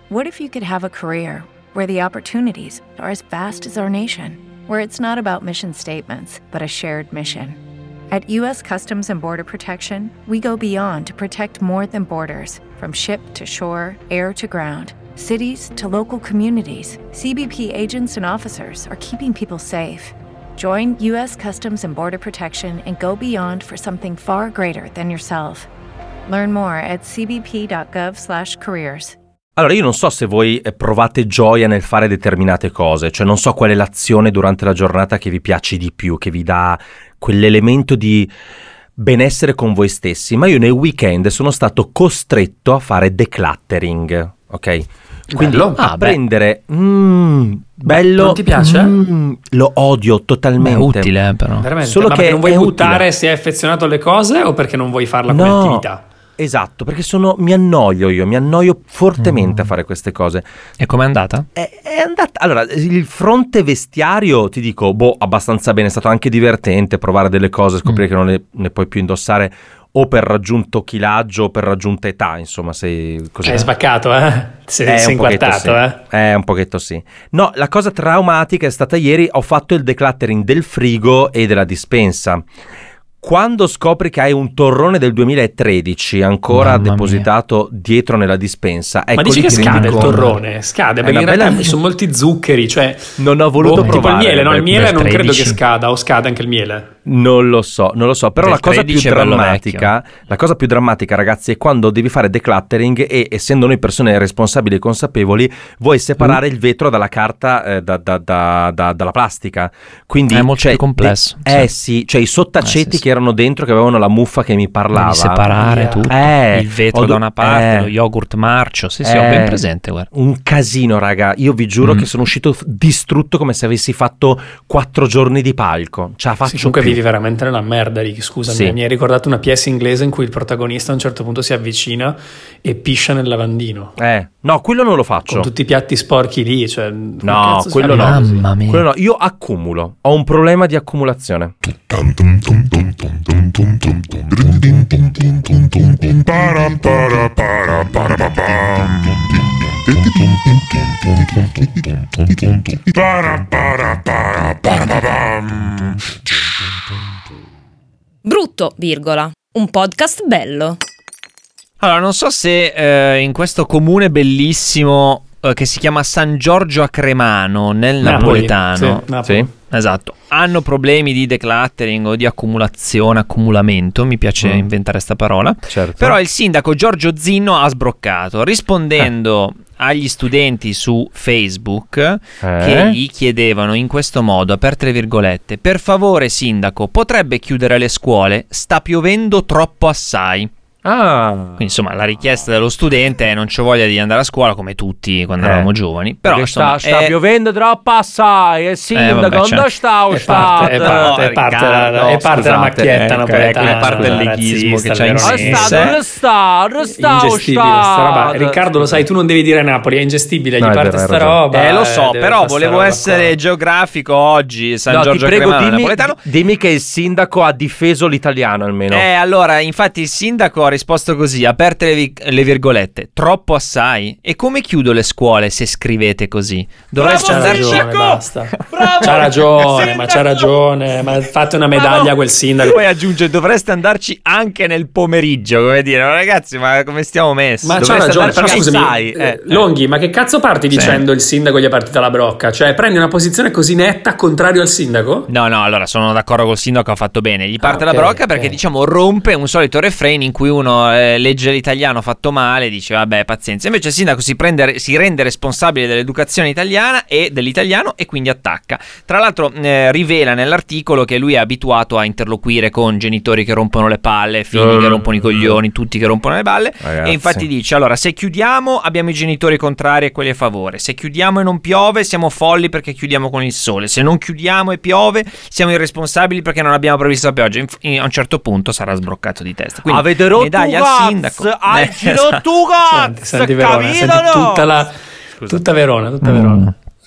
What if you could have a career where the opportunities are as vast as our nation, where it's not about mission statements, but a shared mission? At U.S. Customs and Border Protection, we go beyond to protect more than borders. From ship to shore, air to ground, cities to local communities, CBP agents and officers are keeping people safe. Join U.S. Customs and Border Protection and go beyond for something far greater than yourself. Learn more at cbp.gov/careers. Allora, io non so se voi provate gioia nel fare determinate cose, cioè non so qual è l'azione durante la giornata che vi piace di più, che vi dà quell'elemento di benessere con voi stessi, ma io nei weekend sono stato costretto a fare decluttering, ok? Quindi prendere bello. Non ti piace? Lo odio totalmente. È utile, però. Veramente? Solo ma che perché non vuoi è buttare, utile. sei affezionato alle cose o perché non vuoi farla come attività? Esatto, perché mi annoio fortemente a fare queste cose. E com'è andata? È andata. Allora, il fronte vestiario, ti dico, abbastanza bene, è stato anche divertente provare delle cose, scoprire che non ne puoi più indossare o per raggiunto chilaggio o per raggiunta età, insomma, sei così. Hai sbaccato, sei inquartato, sì. Un pochetto sì. No, la cosa traumatica è stata ieri, ho fatto il decluttering del frigo e della dispensa. Quando scopri che hai un torrone del 2013 ancora depositato dietro nella dispensa, ecco, ma dici che scade il torrone? Scade perché in realtà ci sono molti zuccheri, cioè non ho voluto provare. Tipo il miele, no? Il miele non 13. credo che scada, o scade anche il miele. Non lo so, però la cosa più 13 è bello drammatica, ragazzi, è quando devi fare decluttering e, essendo noi persone responsabili e consapevoli, vuoi separare il vetro dalla carta, dalla plastica. Quindi è molto più complesso. Sì, cioè i sottaceti che erano dentro, che avevano la muffa che mi parlava. Devi separare tutto, il vetro da una parte, lo yogurt marcio, sì, ho ben presente, guarda. Un casino, raga, io vi giuro che sono uscito distrutto come se avessi fatto 4 giorni di palco. Ce la faccio comunque più. vivi veramente nella merda, Ricky, scusami. Sì. Mi hai ricordato una pièce inglese in cui il protagonista a un certo punto si avvicina e piscia nel lavandino. No, quello non lo faccio. Con tutti i piatti sporchi lì, cioè, no, quello no. Mamma mia. Quello no. Io accumulo, ho un problema di accumulazione. Brutto, virgola. Un podcast bello. Allora, non so se in questo comune bellissimo che si chiama San Giorgio a Cremano, nel napoletano. Sì. Esatto. Hanno problemi di decluttering o di accumulamento, mi piace inventare sta parola. Certo. Però il sindaco Giorgio Zinno ha sbroccato, rispondendo agli studenti su Facebook che gli chiedevano in questo modo, aperte le virgolette: per favore sindaco, potrebbe chiudere le scuole? Sta piovendo troppo assai. Quindi insomma la richiesta dello studente è: non c'ho voglia di andare a scuola, come tutti quando eravamo giovani, però insomma, sta piovendo troppo assai, il sindaco non sta è parte della macchietta napoletana, è parte del leghismo che c'ha in sé. Ingestibile sta roba. Riccardo, lo sai, tu non devi dire Napoli, è ingestibile, gli parte sta roba. Lo so, però volevo essere geografico oggi. San Giorgio ti prego, Cremano, napoletano. Dimmi che il sindaco ha difeso l'italiano almeno. Allora, infatti il sindaco ha risposto così, aperte le virgolette: troppo assai? E come chiudo le scuole se scrivete così? Dovreste andarci. Basta. C'ha ragione, ma fate una medaglia a quel sindaco. Poi aggiunge: dovreste andarci anche nel pomeriggio, come dire, ragazzi, ma come stiamo messi? Ma c'ha ragione, però scusami, Longhi, ma che cazzo parti dicendo il sindaco gli è partita la brocca? Cioè, prendi una posizione così netta contrario al sindaco? No, allora sono d'accordo col sindaco, ha fatto bene. Gli parte la brocca perché diciamo rompe un solito refrain in cui uno legge l'italiano fatto male, dice vabbè, pazienza. Invece il sindaco si rende responsabile dell'educazione italiana e dell'italiano e quindi attacca. Tra l'altro rivela nell'articolo che lui è abituato a interloquire con genitori che rompono le palle, figli che rompono i coglioni, tutti che rompono le balle. Ragazzi. E infatti dice: allora, se chiudiamo abbiamo i genitori contrari e quelli a favore, se chiudiamo e non piove siamo folli perché chiudiamo con il sole, se non chiudiamo e piove siamo irresponsabili perché non abbiamo previsto la pioggia. A un certo punto sarà sbroccato di testa. Quindi avete rotto medaglia al sindaco. Senti Verona, senti tutta Verona.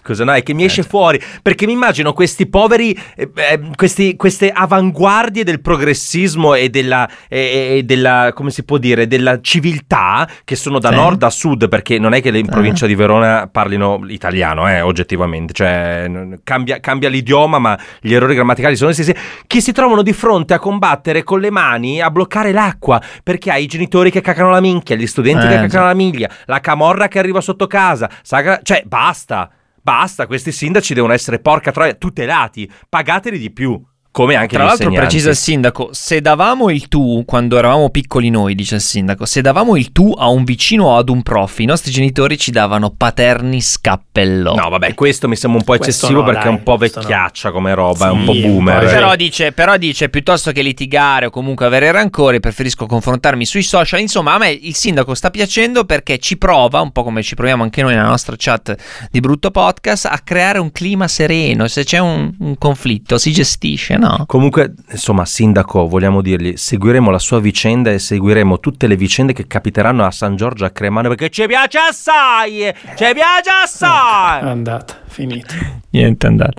Scusa, no, è che mi esce fuori, perché mi immagino questi poveri, queste avanguardie del progressismo e della, come si può dire, della civiltà, che sono da nord a sud, perché non è che in provincia di Verona parlino italiano, oggettivamente, cioè cambia l'idioma, ma gli errori grammaticali sono gli stessi, che si trovano di fronte a combattere con le mani, a bloccare l'acqua, perché hai i genitori che cacano la minchia, gli studenti che cacano la miglia, la camorra che arriva sotto casa, cioè basta, questi sindaci devono essere, porca troia, tutelati, pagateli di più, come anche tra gli l'altro insegnanti. precisa il sindaco, se davamo il tu quando eravamo piccoli noi, dice il sindaco, se davamo il tu a un vicino o ad un prof, i nostri genitori ci davano paterni scappello. No vabbè, questo mi sembra un po' eccessivo, perché è un po' vecchiaccia come roba, è un po' boomer. Però dice piuttosto che litigare o comunque avere rancori, preferisco confrontarmi sui social. Insomma, a me il sindaco sta piacendo perché ci prova, un po' come ci proviamo anche noi nella nostra chat di Brutto Podcast, a creare un clima sereno. Se c'è un conflitto si gestisce, no? Comunque, insomma, sindaco, vogliamo dirgli, seguiremo la sua vicenda e seguiremo tutte le vicende che capiteranno a San Giorgio a Cremano, perché ci piace assai! Andata, finita. Niente, andata.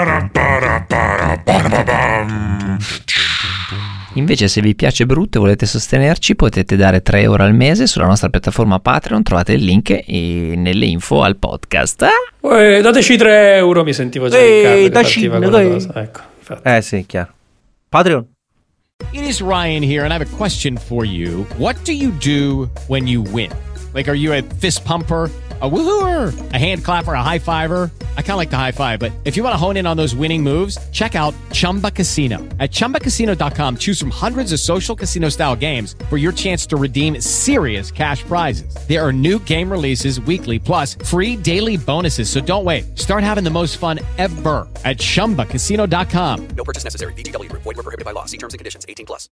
Invece, se vi piace Brutto e volete sostenerci, potete dare 3 euro al mese sulla nostra piattaforma Patreon. Trovate il link nelle info al podcast. Dateci 3 euro, mi sentivo già Riccardo. Ecco. Sì, chiaro. Patreon. It is Ryan here, and I have a question for you. What do you do when you win? Like, are you a fist pumper, a woohooer, a hand clapper, a high fiver? I kind of like the high five, but if you want to hone in on those winning moves, check out Chumba Casino. At ChumbaCasino.com, choose from hundreds of social casino-style games for your chance to redeem serious cash prizes. There are new game releases weekly, plus free daily bonuses, so don't wait. Start having the most fun ever at ChumbaCasino.com. No purchase necessary. VGW. Void where prohibited by law. See terms and conditions. 18+.